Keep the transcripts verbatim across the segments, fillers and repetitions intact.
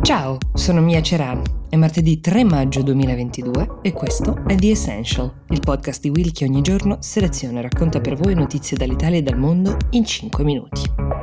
Ciao, sono Mia Ceran. È martedì tre maggio duemilaventidue e questo è The Essential, il podcast di Will che ogni giorno seleziona e racconta per voi notizie dall'Italia e dal mondo in cinque minuti.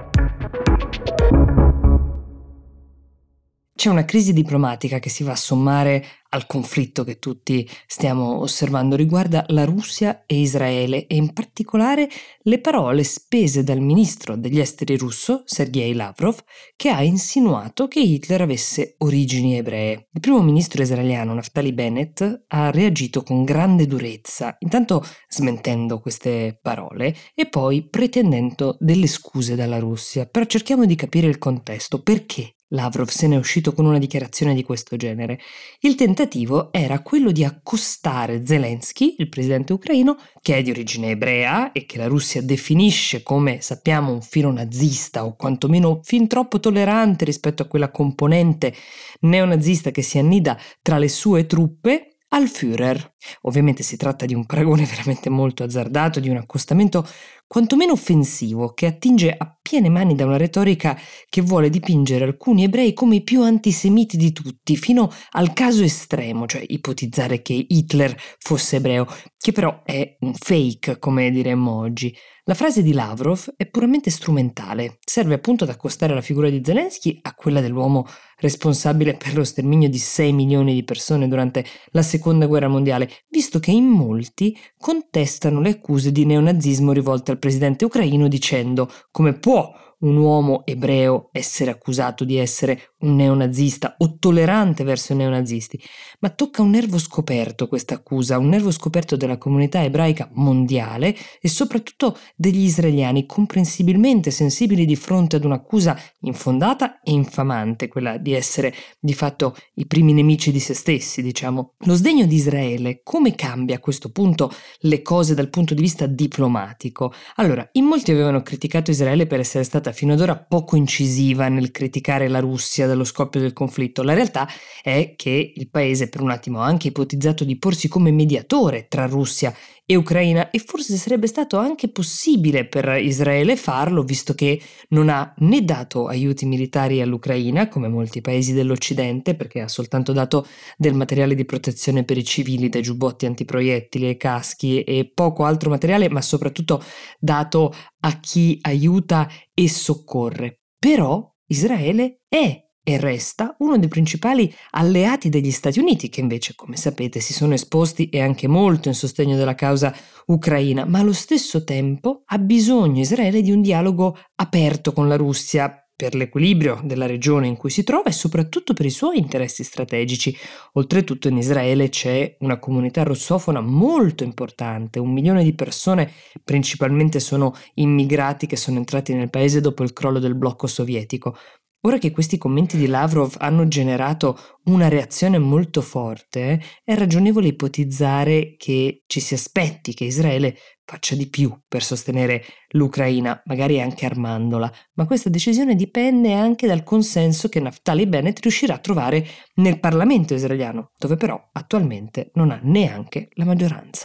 C'è una crisi diplomatica che si va a sommare al conflitto che tutti stiamo osservando. Riguarda la Russia e Israele e in particolare le parole spese dal ministro degli esteri russo, Sergei Lavrov, che ha insinuato che Hitler avesse origini ebree. Il primo ministro israeliano, Naftali Bennett, ha reagito con grande durezza, intanto smentendo queste parole e poi pretendendo delle scuse dalla Russia. Però cerchiamo di capire il contesto. Perché Lavrov se n'è uscito con una dichiarazione di questo genere? Il tentativo era quello di accostare Zelensky, il presidente ucraino, che è di origine ebrea e che la Russia definisce come, sappiamo, un filo nazista o quantomeno fin troppo tollerante rispetto a quella componente neonazista che si annida tra le sue truppe, al Führer. Ovviamente si tratta di un paragone veramente molto azzardato, di un accostamento quantomeno offensivo, che attinge a piene mani da una retorica che vuole dipingere alcuni ebrei come i più antisemiti di tutti, fino al caso estremo, cioè ipotizzare che Hitler fosse ebreo, che però è un fake, come diremmo oggi. La frase di Lavrov è puramente strumentale, serve appunto ad accostare la figura di Zelensky a quella dell'uomo responsabile per lo sterminio di sei milioni di persone durante la seconda guerra mondiale, visto che in molti contestano le accuse di neonazismo rivolte al presidente ucraino dicendo: come può un uomo ebreo essere accusato di essere un neonazista o tollerante verso i neonazisti? Ma tocca un nervo scoperto questa accusa, un nervo scoperto della comunità ebraica mondiale e soprattutto degli israeliani, comprensibilmente sensibili di fronte ad un'accusa infondata e infamante, quella di essere di fatto i primi nemici di se stessi, diciamo. Lo sdegno di Israele come cambia a questo punto le cose dal punto di vista diplomatico? Allora, in molti avevano criticato Israele per essere stata fino ad ora poco incisiva nel criticare la Russia dallo scoppio del conflitto. La realtà è che il paese per un attimo ha anche ipotizzato di porsi come mediatore tra Russia e Ucraina e forse sarebbe stato anche possibile per Israele farlo, visto che non ha né dato aiuti militari all'Ucraina come molti paesi dell'Occidente, perché ha soltanto dato del materiale di protezione per i civili, dai giubbotti antiproiettili ai caschi e poco altro materiale, ma soprattutto dato a chi aiuta e soccorre. Però Israele è e resta uno dei principali alleati degli Stati Uniti, che invece, come sapete, si sono esposti e anche molto in sostegno della causa ucraina, ma allo stesso tempo ha bisogno Israele di un dialogo aperto con la Russia per l'equilibrio della regione in cui si trova e soprattutto per i suoi interessi strategici. Oltretutto in Israele c'è una comunità russofona molto importante, un milione di persone, principalmente sono immigrati che sono entrati nel paese dopo il crollo del blocco sovietico. Ora che questi commenti di Lavrov hanno generato una reazione molto forte, è ragionevole ipotizzare che ci si aspetti che Israele faccia di più per sostenere l'Ucraina, magari anche armandola, ma questa decisione dipende anche dal consenso che Naftali Bennett riuscirà a trovare nel Parlamento israeliano, dove però attualmente non ha neanche la maggioranza.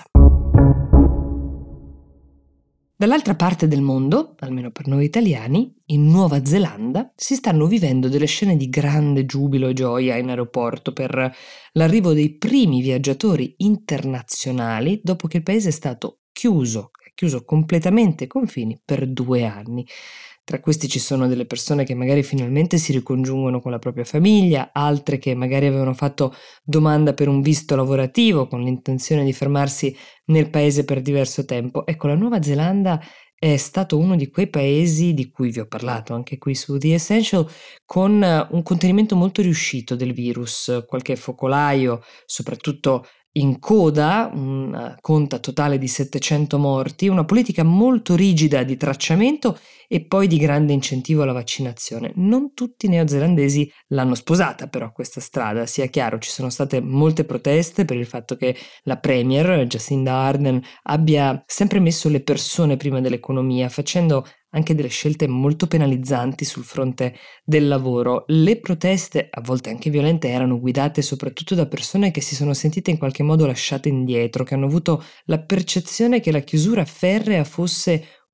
Dall'altra parte del mondo, almeno per noi italiani, in Nuova Zelanda si stanno vivendo delle scene di grande giubilo e gioia in aeroporto per l'arrivo dei primi viaggiatori internazionali dopo che il paese è stato chiuso, chiuso completamente i confini per due anni. Tra questi ci sono delle persone che magari finalmente si ricongiungono con la propria famiglia, altre che magari avevano fatto domanda per un visto lavorativo con l'intenzione di fermarsi nel paese per diverso tempo. Ecco, la Nuova Zelanda è stato uno di quei paesi di cui vi ho parlato anche qui su The Essential, con un contenimento molto riuscito del virus, qualche focolaio, soprattutto in coda, una conta totale di settecento morti, una politica molto rigida di tracciamento e poi di grande incentivo alla vaccinazione. Non tutti i neozelandesi l'hanno sposata però questa strada, sia chiaro, ci sono state molte proteste per il fatto che la premier Jacinda Ardern abbia sempre messo le persone prima dell'economia, facendo anche delle scelte molto penalizzanti sul fronte del lavoro. Le proteste, a volte anche violente, erano guidate soprattutto da persone che si sono sentite in qualche modo lasciate indietro, che hanno avuto la percezione che la chiusura ferrea fosse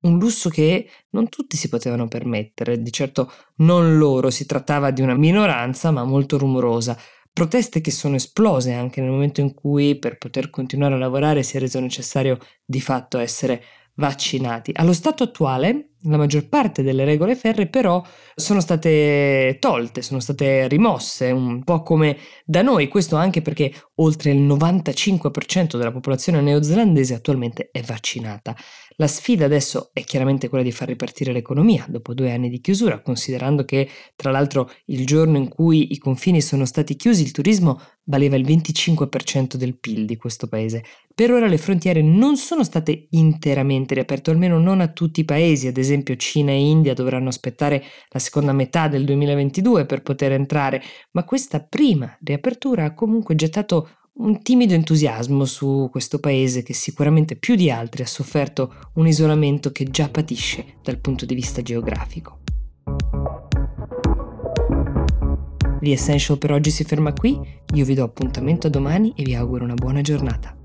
un lusso che non tutti si potevano permettere. Di certo non loro, si trattava di una minoranza ma molto rumorosa. Proteste che sono esplose anche nel momento in cui, per poter continuare a lavorare, si è reso necessario di fatto essere vaccinati. Allo stato attuale, la maggior parte delle regole ferree però sono state tolte, sono state rimosse, un po' come da noi, questo anche perché oltre il novantacinque per cento della popolazione neozelandese attualmente è vaccinata. La sfida adesso è chiaramente quella di far ripartire l'economia dopo due anni di chiusura, considerando che, tra l'altro, il giorno in cui i confini sono stati chiusi, il turismo valeva il venticinque per cento del P I L di questo paese. Per ora le frontiere non sono state interamente riaperte, o almeno non a tutti i paesi. Ad esempio Cina e India dovranno aspettare la seconda metà del duemilaventidue per poter entrare, ma questa prima riapertura ha comunque gettato un timido entusiasmo su questo paese che sicuramente più di altri ha sofferto un isolamento che già patisce dal punto di vista geografico. The Essential per oggi si ferma qui, io vi do appuntamento a domani e vi auguro una buona giornata.